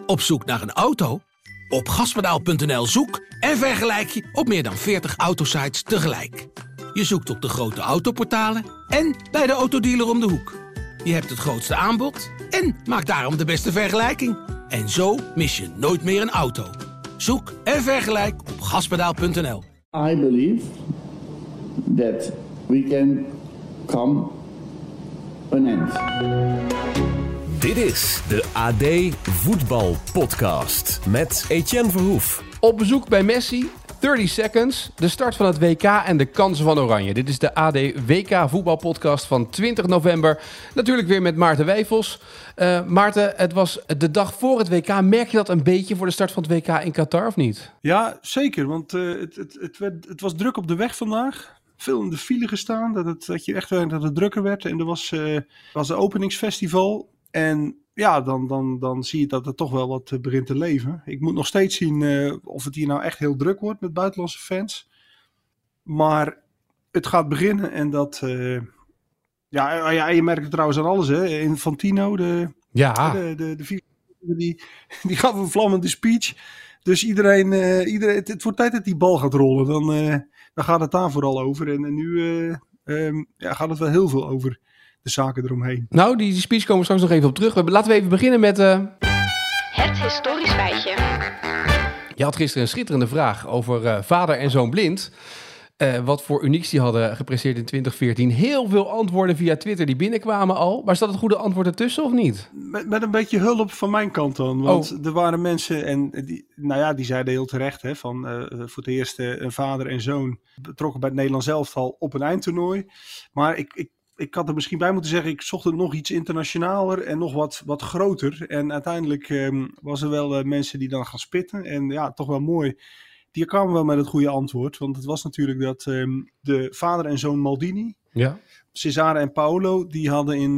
Op zoek naar een auto? Op gaspedaal.nl zoek en vergelijk je op meer dan 40 autosites tegelijk. Je zoekt op de grote autoportalen en bij de autodealer om de hoek. Je hebt het grootste aanbod en maakt daarom de beste vergelijking. En zo mis je nooit meer een auto. Zoek en vergelijk op gaspedaal.nl. I believe that we can come an end. Dit is de AD Voetbal Podcast met Etienne Verhoef. Op bezoek bij Messi, 30 Seconds, de start van het WK en de kansen van Oranje. Dit is de AD WK Voetbal Podcast van 20 november. Natuurlijk weer met Maarten Wijfels. Maarten, het was de dag voor het WK. Merk je dat een beetje voor de start van het WK in Qatar of niet? Ja, zeker. Want het was druk op de weg vandaag. Veel in de file gestaan. Dat het drukker werd. En er was een openingsfestival. En ja, dan zie je dat er toch wel wat begint te leven. Ik moet nog steeds zien of het hier nou echt heel druk wordt met buitenlandse fans. Maar het gaat beginnen en dat... je merkt het trouwens aan alles, hè. Infantino, de die gaf een vlammende speech. Dus iedereen het wordt tijd dat die bal gaat rollen. Dan gaat het daar vooral over. En nu gaat het wel heel veel over de zaken eromheen. Nou, die speech komen we straks nog even op terug. Laten we even beginnen met... Het historisch feitje. Je had gisteren een schitterende vraag over vader en zoon blind. Wat voor unieks die hadden gepresteerd in 2014. Heel veel antwoorden via Twitter die binnenkwamen al. Maar staat het goede antwoord ertussen of niet? Met een beetje hulp van mijn kant dan. Want er waren mensen en die zeiden heel terecht. Hè, van voor het eerst een vader en zoon betrokken bij het Nederlands elftal op een eindtoernooi. Maar ik had er misschien bij moeten zeggen, ik zocht het nog iets internationaler en nog wat groter. En uiteindelijk was er wel mensen die dan gaan spitten. En ja, toch wel mooi. Die kwamen wel met het goede antwoord. Want het was natuurlijk dat de vader en zoon Maldini, Cesare en Paolo, die hadden in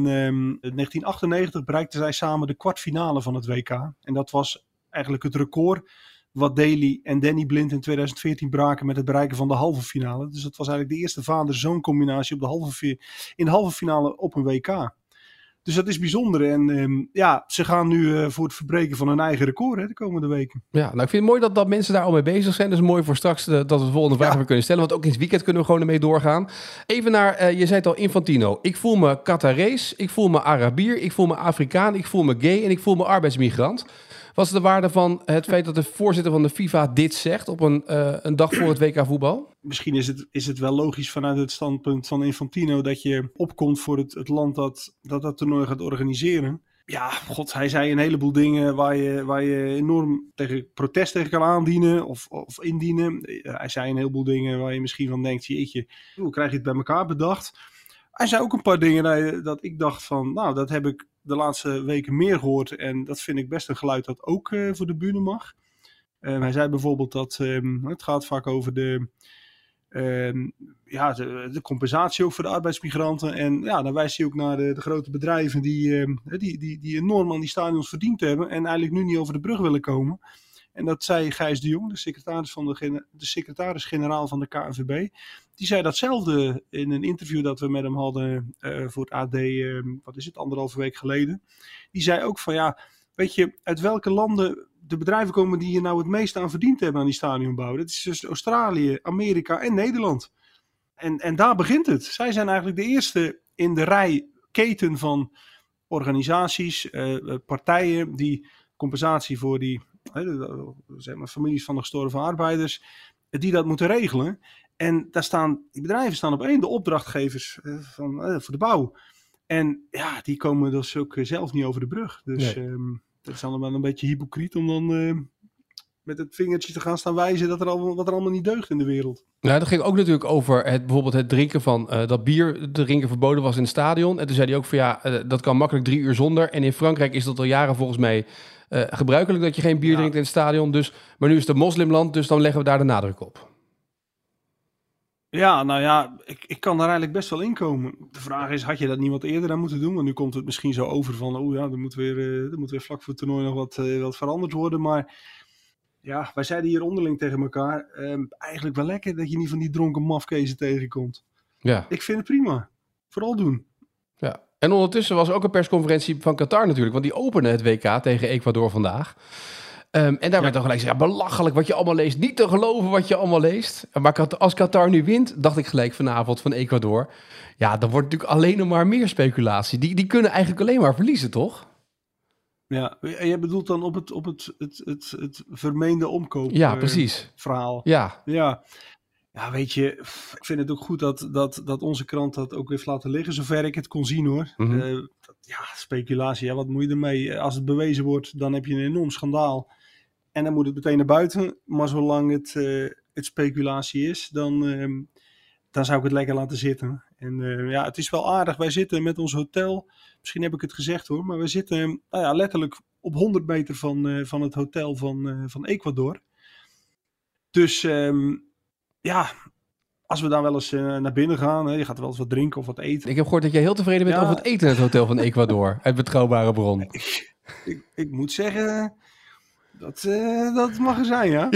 1998 bereikten zij samen de kwartfinale van het WK. En dat was eigenlijk het record wat Daley en Danny Blind in 2014 braken met het bereiken van de halve finale. Dus dat was eigenlijk de eerste vader-zoon combinatie in de halve finale op een WK. Dus dat is bijzonder. En ze gaan nu voor het verbreken van hun eigen record de komende weken. Ja, nou ik vind het mooi dat mensen daar al mee bezig zijn. Dus mooi voor straks dat we de volgende vraag weer kunnen stellen. Want ook in het weekend kunnen we gewoon ermee doorgaan. Even naar, je zei het al, Infantino. Ik voel me Qatarees, ik voel me Arabier, ik voel me Afrikaan, ik voel me gay en ik voel me arbeidsmigrant. Wat is de waarde van het feit dat de voorzitter van de FIFA dit zegt op een dag voor het WK voetbal? Misschien is het wel logisch vanuit het standpunt van Infantino dat je opkomt voor het land dat toernooi gaat organiseren. Ja, god, hij zei een heleboel dingen waar je enorm protest tegen kan aandienen of indienen. Hij zei een heleboel dingen waar je misschien van denkt, jeetje, hoe krijg je het bij elkaar bedacht? Hij zei ook een paar dingen dat ik dacht van, nou, dat heb ik de laatste weken meer gehoord. En dat vind ik best een geluid dat ook voor de bühne mag. Hij zei bijvoorbeeld dat het gaat vaak over de compensatie ook voor de arbeidsmigranten. En ja, dan wijst hij ook naar de grote bedrijven die enorm aan die stadions verdiend hebben. En eigenlijk nu niet over de brug willen komen. En dat zei Gijs de Jong, de secretaris-generaal van de KNVB. Die zei datzelfde in een interview dat we met hem hadden voor het AD, 1,5 week geleden. Die zei ook van ja, weet je, uit welke landen de bedrijven komen die hier nou het meest aan verdiend hebben aan die stadionbouw. Dat is dus Australië, Amerika en Nederland. En daar begint het. Zij zijn eigenlijk de eerste in de rij keten van organisaties, partijen die compensatie voor die families van de gestorven arbeiders, die dat moeten regelen. En die bedrijven staan op één, de opdrachtgevers voor de bouw. En ja, die komen dus ook zelf niet over de brug. Dus dat is dan wel een beetje hypocriet om dan met het vingertje te gaan staan wijzen wat er allemaal niet deugt in de wereld. Nou, dat ging ook natuurlijk over bijvoorbeeld het drinken van dat bier drinken verboden was in het stadion. En toen zei hij ook van dat kan makkelijk 3 uur zonder. En in Frankrijk is dat al jaren volgens mij gebruikelijk dat je geen bier drinkt in het stadion. Dus, maar nu is het een moslimland, dus dan leggen we daar de nadruk op. Ja, nou ja, ik kan daar eigenlijk best wel in komen. De vraag is, had je dat niet wat eerder aan moeten doen? Want nu komt het misschien zo over van, er moet weer vlak voor het toernooi nog wat veranderd worden. Maar ja, wij zeiden hier onderling tegen elkaar, eigenlijk wel lekker dat je niet van die dronken mafkezen tegenkomt. Ja. Ik vind het prima. Vooral doen. Ja. En ondertussen was er ook een persconferentie van Qatar natuurlijk, want die opende het WK tegen Ecuador vandaag. En daar werd dan gelijk gezegd, belachelijk wat je allemaal leest. Niet te geloven wat je allemaal leest. Maar als Qatar nu wint, dacht ik gelijk vanavond van Ecuador. Ja, dan wordt natuurlijk alleen nog maar meer speculatie. Die kunnen eigenlijk alleen maar verliezen, toch? Ja, en jij bedoelt dan op het vermeende omkoop precies. Verhaal. Ja. Ja, weet je, ik vind het ook goed dat onze krant dat ook heeft laten liggen, zover ik het kon zien hoor. Mm-hmm. Speculatie, wat moet je ermee? Als het bewezen wordt, dan heb je een enorm schandaal. En dan moet het meteen naar buiten. Maar zolang het speculatie is, dan zou ik het lekker laten zitten. En het is wel aardig. Wij zitten met ons hotel, misschien heb ik het gezegd hoor, maar we zitten letterlijk op 100 meter van het hotel van Ecuador. Dus als we dan wel eens naar binnen gaan, je gaat wel eens wat drinken of wat eten. Ik heb gehoord dat jij heel tevreden bent over het eten in het hotel van Ecuador. Uit betrouwbare bron. Ik moet zeggen, dat mag er zijn, ja.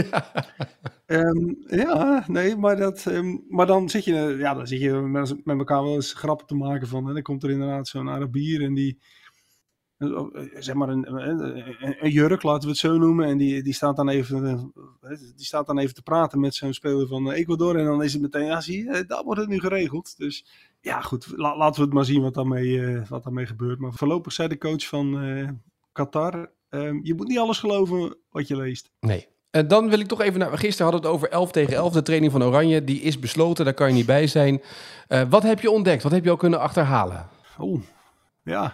Maar dan zit je met elkaar wel eens grappen te maken van. En dan komt er inderdaad zo'n Arabier en die, zeg maar een jurk, laten we het zo noemen. En die staat dan even te praten met zo'n speler van Ecuador. En dan is het meteen, zie je, dat wordt het nu geregeld. Dus ja, goed, laten we het maar zien wat daarmee gebeurt. Maar voorlopig zei de coach van Qatar, je moet niet alles geloven wat je leest. Nee. En dan wil ik toch even naar... Gisteren hadden we het over 11 tegen 11. De training van Oranje, die is besloten. Daar kan je niet bij zijn. Wat heb je ontdekt? Wat heb je al kunnen achterhalen? Ja.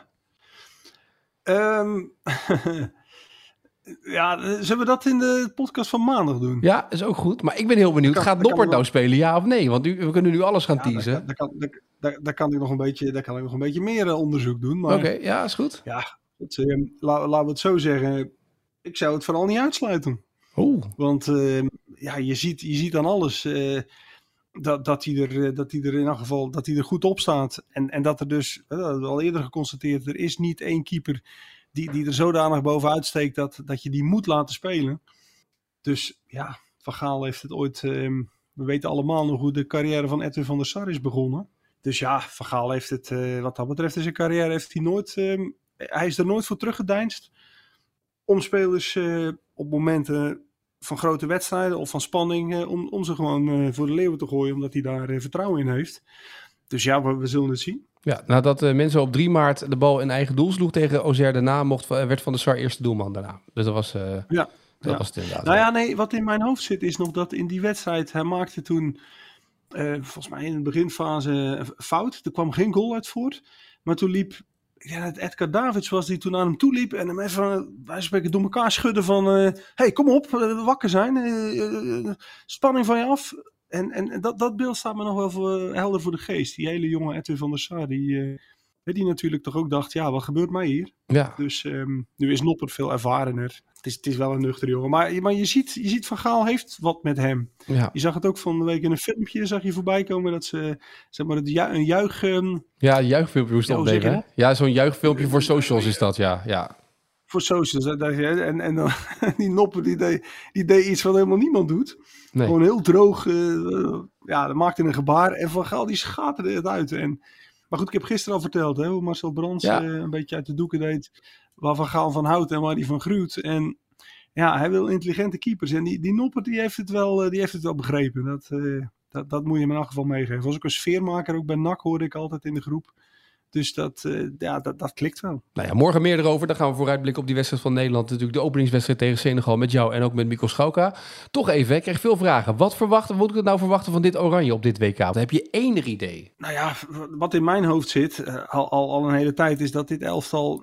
Zullen we dat in de podcast van maandag doen? Ja, is ook goed. Maar ik ben heel benieuwd. Gaat Noppert nou spelen, ja of nee? Want we kunnen nu alles gaan teasen. Daar kan ik nog een beetje meer onderzoek doen. Oké, ja, is goed. Ja, laten we het zo zeggen. Ik zou het vooral niet uitsluiten. Want je ziet aan alles dat hij er in elk geval dat hij er goed op staat. En dat er dus, dat hebben we al eerder geconstateerd, er is niet één keeper die er zodanig bovenuit steekt dat je die moet laten spelen. Dus ja, Van Gaal heeft het ooit, we weten allemaal nog hoe de carrière van Edwin van der Sar is begonnen. Dus ja, Van Gaal heeft het, wat dat betreft in zijn carrière, hij is er nooit voor teruggedeinsd om spelers op momenten van grote wedstrijden of van spanning, om ze gewoon voor de leeuwen te gooien, omdat hij daar vertrouwen in heeft. Dus ja, we zullen het zien. Ja, nadat mensen op 3 maart de bal in eigen doel sloeg tegen Auxerre daarna, werd Van der Sar eerste doelman daarna. Dus dat was... Dat was het inderdaad. Nou ja, nee, wat in mijn hoofd zit is nog dat in die wedstrijd, hij maakte toen, volgens mij in de beginfase, een fout. Er kwam geen goal uit voort. Maar toen liep, het Edgar Davids was die toen aan hem toe liep en hem even, wij spreken, door elkaar schudden van, hey, kom op, wakker zijn, spanning van je af. En dat beeld staat me nog wel helder voor de geest. Die hele jonge Edwin van der Sar, die natuurlijk toch ook dacht, ja, wat gebeurt mij hier? Ja. Dus nu is Noppert veel ervarener. Het is wel een nuchtere jongen. Maar je ziet Van Gaal heeft wat met hem. Ja. Je zag het ook van de week in een filmpje, zag je voorbij komen dat ze, zeg maar, een juich... een juichfilmpje moest opnemen, hè? Ja, zo'n juichfilmpje voor socials is dat, ja. Voor socials. En dan die Noppert, die deed iets wat helemaal niemand doet. Nee. Gewoon heel droog. Dat maakte een gebaar. En Van Gaal, die schaterde het uit. Maar goed, ik heb gisteren al verteld hoe Marcel Brands een beetje uit de doeken deed. Waar Van Gaal van houdt en waar hij van gruwt. En ja, hij wil intelligente keepers. En die Noppert, die heeft het wel begrepen. Dat moet je hem in elk geval meegeven. Was ook een sfeermaker, ook bij NAC hoorde ik altijd in de groep. Dus dat klikt wel. Nou ja, morgen meer erover. Dan gaan we vooruitblikken op die wedstrijd van Nederland. Natuurlijk de openingswedstrijd tegen Senegal met jou en ook met Mikko Schauka. Toch even, ik krijg veel vragen. Wat moet ik nou verwachten van dit Oranje op dit WK? Heb je enig idee? Nou ja, wat in mijn hoofd zit, al een hele tijd, is dat dit elftal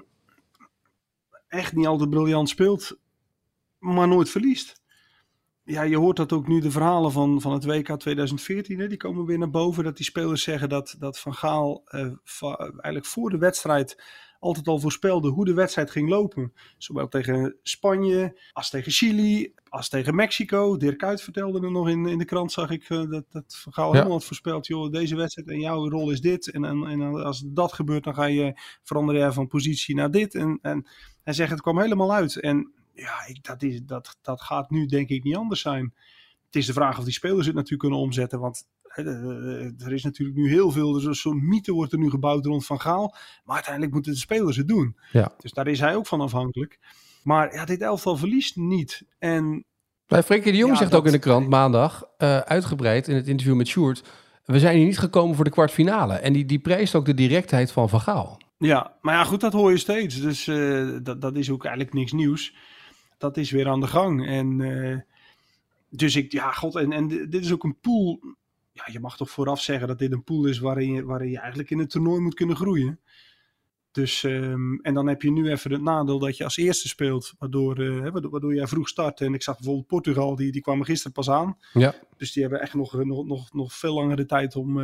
echt niet altijd briljant speelt, maar nooit verliest. Ja, je hoort dat ook nu, de verhalen van het WK 2014, die komen weer naar boven. Dat die spelers zeggen dat Van Gaal eigenlijk voor de wedstrijd altijd al voorspelde hoe de wedstrijd ging lopen. Zowel tegen Spanje, als tegen Chili, als tegen Mexico. Dirk Kuyt vertelde er nog in de krant, zag ik, dat Van Gaal helemaal had voorspeld. Joh, deze wedstrijd en jouw rol is dit. En als dat gebeurt, dan verander je van positie naar dit. En hij zegt, het kwam helemaal uit. En ja, dat gaat nu denk ik niet anders zijn. Het is de vraag of die spelers het natuurlijk kunnen omzetten. Want er is natuurlijk nu heel veel, dus zo'n mythe wordt er nu gebouwd rond Van Gaal. Maar uiteindelijk moeten de spelers het doen. Ja. Dus daar is hij ook van afhankelijk. Maar ja, dit elftal verliest niet. En Frenkie de Jong zegt ook in de krant maandag, uitgebreid in het interview met Sjoerd, we zijn hier niet gekomen voor de kwartfinale. En die prijst ook de directheid van Van Gaal. Ja, maar ja, goed, dat hoor je steeds. Dus dat is ook eigenlijk niks nieuws. Dat is weer aan de gang. En dus en dit is ook een pool. Ja, je mag toch vooraf zeggen dat dit een pool is waarin je eigenlijk in het toernooi moet kunnen groeien. Dus, en dan heb je nu even het nadeel dat je als eerste speelt, waardoor jij vroeg start. En ik zag bijvoorbeeld Portugal, die kwamen gisteren pas aan. Ja. Dus die hebben echt nog veel langere tijd om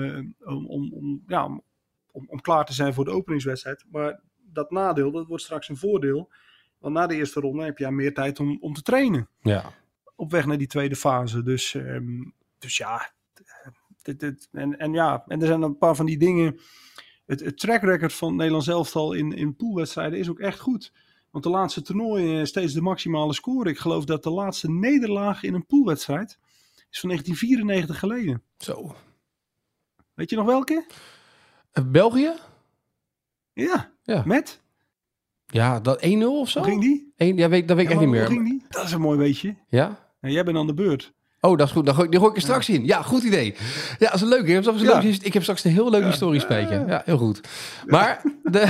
klaar te zijn voor de openingswedstrijd. Maar dat nadeel, dat wordt straks een voordeel. Want na de eerste ronde heb je meer tijd om te trainen. Ja. Op weg naar die tweede fase. Dus ja. En er zijn een paar van die dingen. Het track record van het Nederlands elftal in poolwedstrijden is ook echt goed. Want de laatste toernooien steeds de maximale score. Ik geloof dat de laatste nederlaag in een poolwedstrijd is van 1994 geleden. Zo. Weet je nog welke? België? Ja. Met? Ja, dat 1-0 of zo? Hoe ging die? Dat weet ik echt niet meer. Hoe ging die? Dat is een mooi weetje. Ja? En jij bent aan de beurt. Oh, dat is goed. Die gooi ik er straks in. Ja, goed idee. Ja, dat is leuk. Ik heb straks een heel leuk historisch feitje. Ja, heel goed. Maar,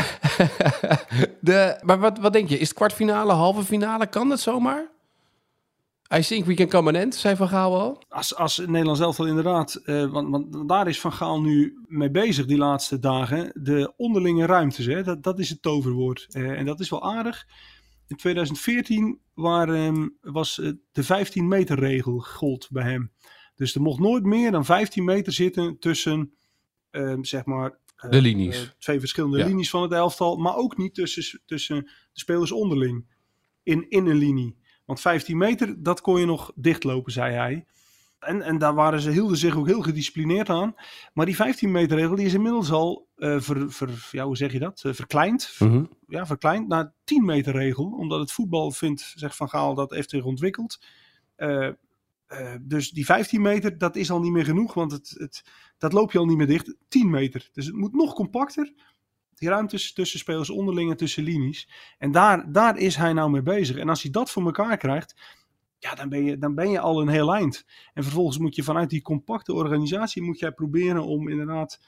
maar wat denk je? Is het kwartfinale, halve finale? Kan dat zomaar? I think we can come an end, zei Van Gaal al. Als het Nederlands elftal inderdaad, want daar is Van Gaal nu mee bezig die laatste dagen. De onderlinge ruimtes, hè, dat is het toverwoord. En dat is wel aardig. In 2014 was de 15 meter regel gold bij hem. Dus er mocht nooit meer dan 15 meter zitten tussen de linies. Twee verschillende linies van het elftal. Maar ook niet tussen de spelers onderling in een linie. Want 15 meter, dat kon je nog dichtlopen, zei hij. En daar hielden zich ook heel gedisciplineerd aan. Maar die 15 meter regel die is inmiddels al verkleind. Mm-hmm. Ja, verkleind naar 10 meter regel. Omdat het voetbal vindt, zegt Van Gaal, dat heeft zich ontwikkeld. Dus die 15 meter, dat is al niet meer genoeg. Want dat loop je al niet meer dicht. 10 meter. Dus het moet nog compacter. Die ruimtes tussen spelers onderling en tussen linies. En daar is hij nou mee bezig. En als hij dat voor elkaar krijgt, ja, dan ben je al een heel eind. En vervolgens moet je vanuit die compacte organisatie moet jij proberen om inderdaad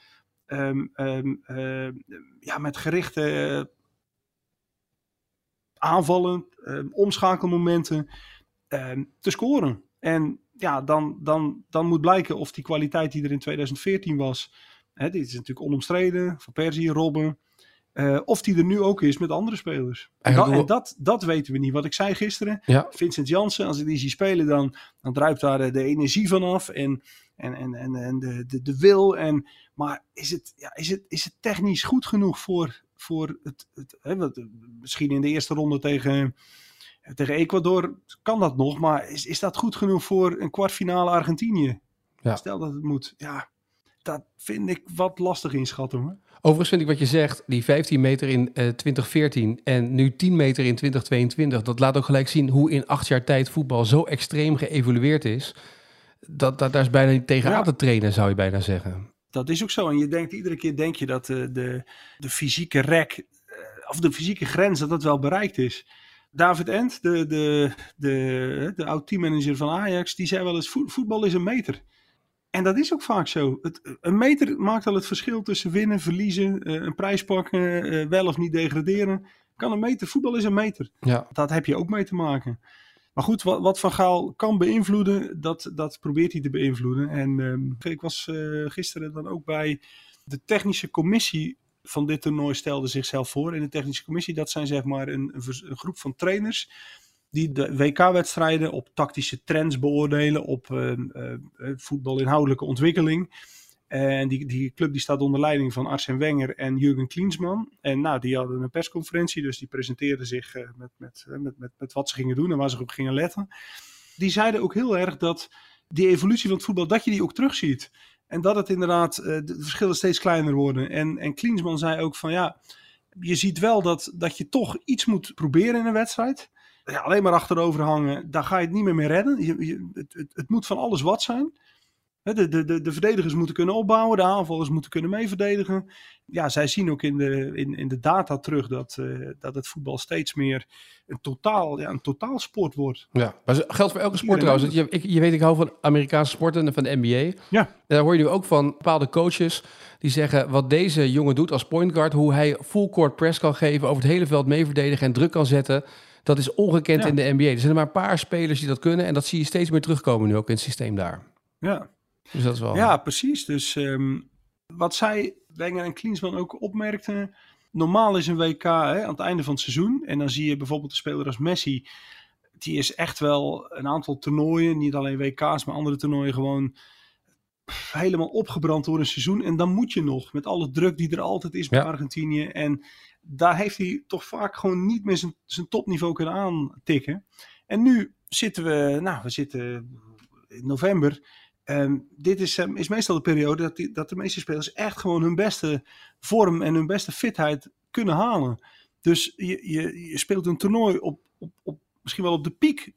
met gerichte aanvallen, omschakelmomenten te scoren. En ja, dan moet blijken of die kwaliteit die er in 2014 was, dit is natuurlijk onomstreden, Van Persie, Robben, of die er nu ook is met andere spelers. En dat weten we niet. Wat ik zei gisteren, Vincent Janssen, als ik die zie spelen, dan druipt daar de energie vanaf en de wil. Maar is het technisch goed genoeg voor het misschien in de eerste ronde tegen Ecuador kan dat nog, maar is dat goed genoeg voor een kwartfinale Argentinië? Ja. Stel dat het moet. Ja, dat vind ik wat lastig inschatten, hoor. Overigens vind ik wat je zegt, die 15 meter in 2014 en nu 10 meter in 2022... dat laat ook gelijk zien hoe in 8 jaar tijd voetbal zo extreem geëvolueerd is. Daar is bijna niet tegenaan te trainen, zou je bijna zeggen. Dat is ook zo. En iedere keer denk je dat de fysieke rek of de fysieke grens dat wel bereikt is. David Ent, de oud-teammanager van Ajax, die zei wel eens, voetbal is een meter. En dat is ook vaak zo. Een meter maakt al het verschil tussen winnen, verliezen, een prijs pakken, wel of niet degraderen. Kan een meter, voetbal is een meter. Ja. Dat heb je ook mee te maken. Maar goed, wat Van Gaal kan beïnvloeden, dat probeert hij te beïnvloeden. En ik was gisteren dan ook bij de technische commissie van dit toernooi stelde zichzelf voor. En de technische commissie, dat zijn zeg maar een groep van trainers die de WK-wedstrijden op tactische trends beoordelen, op voetbalinhoudelijke ontwikkeling. En die club die staat onder leiding van Arsène Wenger en Jurgen Klinsmann. En die hadden een persconferentie, dus die presenteerden zich met wat ze gingen doen en waar ze op gingen letten. Die zeiden ook heel erg dat die evolutie van het voetbal, dat je die ook terugziet. En dat het inderdaad, de verschillen steeds kleiner worden. En Klinsmann zei ook van je ziet wel dat je toch iets moet proberen in een wedstrijd. Ja, alleen maar achterover hangen, daar ga je het niet meer mee redden. Het moet van alles wat zijn. De verdedigers moeten kunnen opbouwen, de aanvallers moeten kunnen meeverdedigen. Ja, zij zien ook in de data terug dat het voetbal steeds meer een totaalsport wordt. Ja, maar dat geldt voor elke sport trouwens. Je weet, ik hou van Amerikaanse sporten en van de NBA. Ja. En daar hoor je nu ook van bepaalde coaches die zeggen wat deze jongen doet als point guard, hoe hij full court press kan geven, over het hele veld mee verdedigen en druk kan zetten. Dat is ongekend in de NBA. Er zijn maar een paar spelers die dat kunnen en dat zie je steeds meer terugkomen nu ook in het systeem daar. Ja. Dus dat is wel... Ja, precies. Dus wat zij, Wenger en Klinsmann ook opmerkten, normaal is een WK aan het einde van het seizoen. En dan zie je bijvoorbeeld een speler als Messi, die is echt wel een aantal toernooien, niet alleen WK's, maar andere toernooien gewoon helemaal opgebrand door een seizoen. En dan moet je nog, met alle druk die er altijd is bij Argentinië. En daar heeft hij toch vaak gewoon niet meer zijn topniveau kunnen aantikken. En nu zitten we in november. Dit is meestal de periode dat de meeste spelers echt gewoon hun beste vorm en hun beste fitheid kunnen halen. Dus je speelt een toernooi op misschien wel op de piek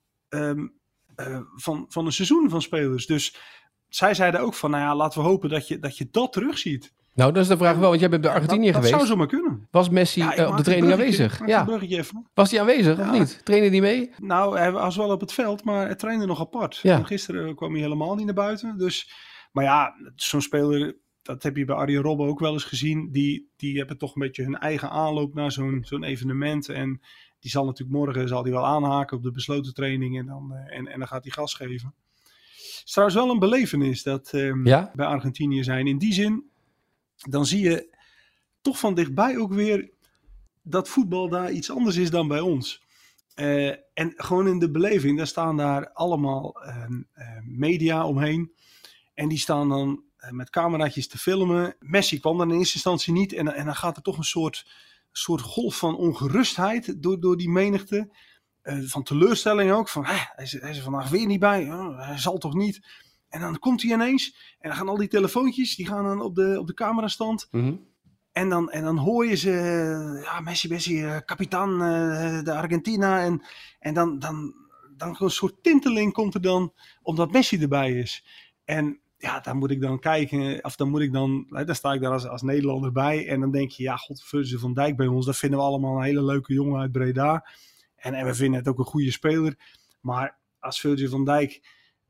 van een seizoen van spelers. Dus zij zeiden ook van, laten we hopen dat je dat terugziet. Nou, dat is de vraag wel, want jij bent bij Argentinië geweest. Dat zou zomaar kunnen. Was Messi op de training aanwezig? Ja. Was hij aanwezig of niet? Trainde hij mee? Nou, hij was wel op het veld, maar hij trainde nog apart. Ja. Gisteren kwam hij helemaal niet naar buiten. Dus, maar ja, zo'n speler, dat heb je bij Arjen Robben ook wel eens gezien. Die hebben toch een beetje hun eigen aanloop naar zo'n evenement. En die zal natuurlijk morgen wel aanhaken op de besloten training. En dan gaat hij gas geven. Het is trouwens wel een belevenis dat bij Argentinië zijn. In die zin, dan zie je toch van dichtbij ook weer dat voetbal daar iets anders is dan bij ons. En gewoon in de beleving, daar staan daar allemaal media omheen. En die staan dan met cameraatjes te filmen. Messi kwam dan in eerste instantie niet. En dan gaat er toch een soort golf van ongerustheid door die menigte. Van teleurstelling ook. Van, hij is er vandaag weer niet bij. Hij zal toch niet. En dan komt hij ineens. En dan gaan al die telefoontjes, die gaan dan op de camerastand. Mm-hmm. En dan hoor je ze, Messi, kapitaan de Argentina. En dan een soort tinteling komt er dan, omdat Messi erbij is. En ja, dan moet ik dan kijken, dan sta ik daar als Nederlander bij. En dan denk je, Virgil van Dijk bij ons, dat vinden we allemaal een hele leuke jongen uit Breda. En we vinden het ook een goede speler. Maar als Virgil van Dijk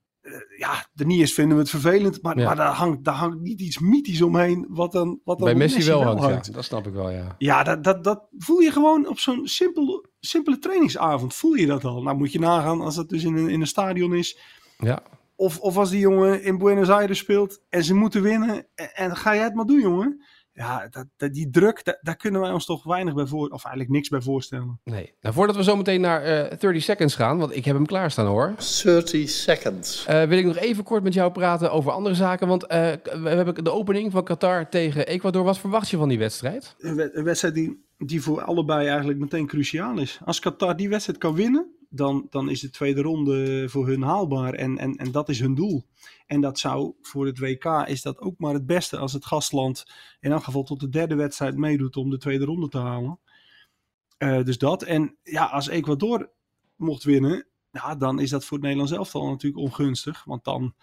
er niet is, vinden we het vervelend. Maar daar hangt niet iets mythisch omheen. Wat dan bij Messi wel hangt. Ja, dat snap ik wel, ja. Ja, dat voel je gewoon op zo'n simpele trainingsavond. Voel je dat al. Nou moet je nagaan als dat dus in een stadion is. Ja. Of als die jongen in Buenos Aires speelt en ze moeten winnen. En dan ga jij het maar doen, jongen. Ja, die druk, daar kunnen wij ons toch weinig bij of eigenlijk niks bij voorstellen. Nee. Nou, voordat we zo meteen naar 30 Seconds gaan, want ik heb hem klaarstaan hoor. 30 Seconds. Wil ik nog even kort met jou praten over andere zaken. Want we hebben de opening van Qatar tegen Ecuador. Wat verwacht je van die wedstrijd? Een wedstrijd die voor allebei eigenlijk meteen cruciaal is. Als Qatar die wedstrijd kan winnen, dan is de tweede ronde voor hun haalbaar. En dat is hun doel. En dat zou voor het WK is dat ook maar het beste als het gastland in elk geval tot de derde wedstrijd meedoet om de tweede ronde te halen. Dus dat. En ja, als Ecuador mocht winnen, dan is dat voor het Nederlands elftal natuurlijk ongunstig. Want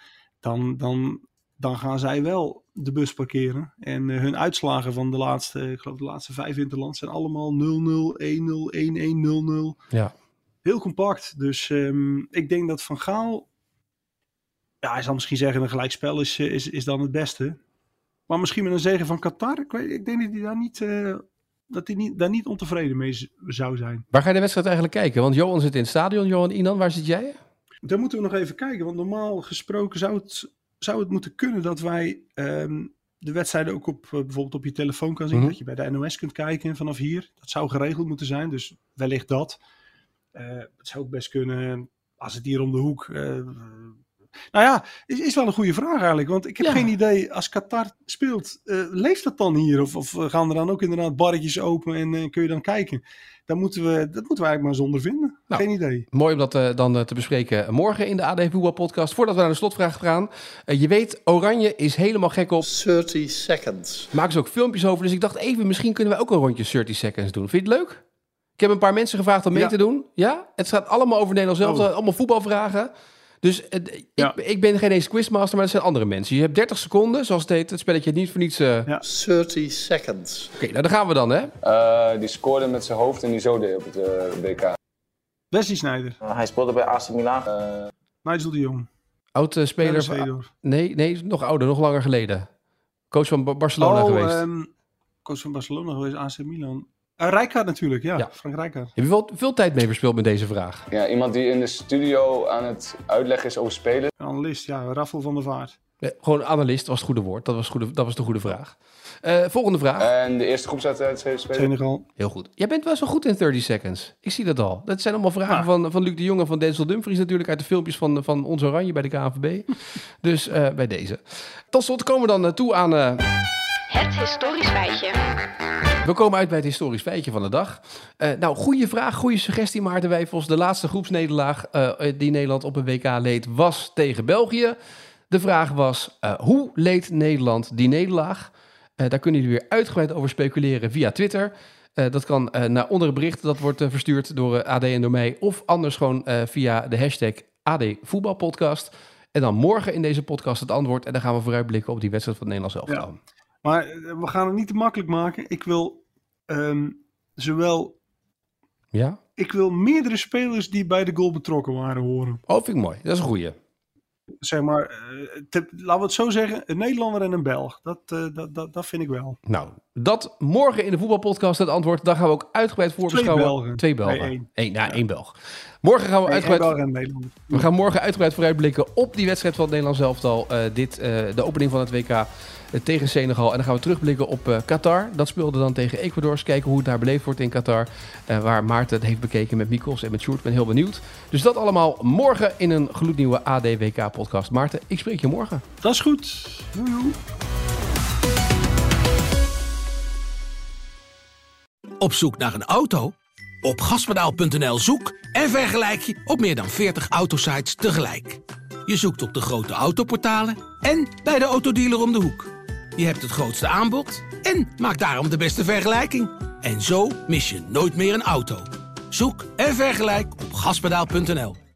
dan gaan zij wel de bus parkeren. En hun uitslagen van de laatste 5 interlands zijn allemaal 0-0, 1-0, 1-1, 0-0. Ja. Heel compact. Dus ik denk dat Van Gaal, hij zal misschien zeggen een gelijkspel is dan het beste. Maar misschien met een zege van Qatar. Ik denk dat hij daar niet ontevreden mee zou zijn. Waar ga je de wedstrijd eigenlijk kijken? Want Johan zit in het stadion. Johan Inan, waar zit jij? Daar moeten we nog even kijken. Want normaal gesproken zou het moeten kunnen dat wij de wedstrijden ook bijvoorbeeld op je telefoon kan zien. Mm-hmm. Dat je bij de NOS kunt kijken vanaf hier. Dat zou geregeld moeten zijn. Dus wellicht dat. Het zou ook best kunnen als het hier om de hoek. Is wel een goede vraag eigenlijk. Want ik heb geen idee, als Qatar speelt, leeft dat dan hier? Of gaan er dan ook inderdaad barretjes open en kun je dan kijken? Dat moeten we eigenlijk maar zonder vinden. Geen idee. Mooi om dat dan te bespreken morgen in de AD Voetbal Podcast. Voordat we naar de slotvraag gaan. Je weet, Oranje is helemaal gek op 30 Seconds. Maken ze ook filmpjes over. Dus ik dacht even, misschien kunnen we ook een rondje 30 Seconds doen. Vind je het leuk? Ik heb een paar mensen gevraagd om mee te doen. Ja? Het gaat allemaal over Nederland zelf. Allemaal voetbalvragen. Dus ik ben geen eens quizmaster, maar dat zijn andere mensen. Je hebt 30 seconden, zoals het heet. Het spelletje niet voor niets... 30 seconds. Oké, nou daar gaan we dan, hè? Die scoorde met zijn hoofd en die zo deed op het WK. Wesley Sneijder. Hij speelde bij AC Milan. Nigel de Jong. Oud-speler van... Nee, nog ouder, nog langer geleden. Coach van Barcelona geweest. Coach van Barcelona geweest, AC Milan. Rijkaard natuurlijk, ja. Frank Rijkaard. Heb je wel veel tijd mee verspeeld met deze vraag? Ja, iemand die in de studio aan het uitleggen is over spelen. Een analist, ja. Raffel van der Vaart. Gewoon analist was het goede woord. Dat was de goede vraag. Volgende vraag. En de eerste groepswedstrijd spelen. Senegal. Heel goed. Jij bent wel zo goed in 30 seconds. Ik zie dat al. Dat zijn allemaal vragen van Luc de Jong en van Denzel Dumfries natuurlijk uit de filmpjes van Ons Oranje bij de KNVB. Dus bij deze. Tot slot komen we dan toe aan... Het historisch feitje. We komen uit bij het historisch feitje van de dag. Goede vraag, goede suggestie, Maarten Wijfels. De laatste groepsnederlaag die Nederland op een WK leed was tegen België. De vraag was, hoe leed Nederland die nederlaag? Daar kunnen jullie weer uitgebreid over speculeren via Twitter. Dat kan naar onder het bericht. Dat wordt verstuurd door AD en door mij. Of anders gewoon via de hashtag AD Voetbalpodcast. En dan morgen in deze podcast het antwoord. En dan gaan we vooruitblikken op die wedstrijd van het Nederlands elftal. Ja. Maar we gaan het niet te makkelijk maken. Ik wil Ik wil meerdere spelers die bij de goal betrokken waren horen. Oh, vind ik mooi. Dat is een goeie. Zeg maar, laten we het zo zeggen, een Nederlander en een Belg. Dat vind ik wel. Nou, dat morgen in de voetbalpodcast het antwoord. Daar gaan we ook uitgebreid voorbeschouwen. Twee Belgen. Eén Belg. Morgen gaan we we gaan morgen uitgebreid vooruitblikken op die wedstrijd van het Nederlands elftal. De opening van het WK tegen Senegal. En dan gaan we terugblikken op Qatar. Dat speelde dan tegen Ecuador. Eens kijken hoe het daar beleefd wordt in Qatar. Waar Maarten het heeft bekeken met Mikos en met Sjoerd. Ik ben heel benieuwd. Dus dat allemaal morgen in een gloednieuwe AD WK podcast. Maarten, ik spreek je morgen. Dat is goed. Joejoe. Op zoek naar een auto? Op gaspedaal.nl zoek en vergelijk je op meer dan 40 autosites tegelijk. Je zoekt op de grote autoportalen en bij de autodealer om de hoek. Je hebt het grootste aanbod en maakt daarom de beste vergelijking. En zo mis je nooit meer een auto. Zoek en vergelijk op gaspedaal.nl.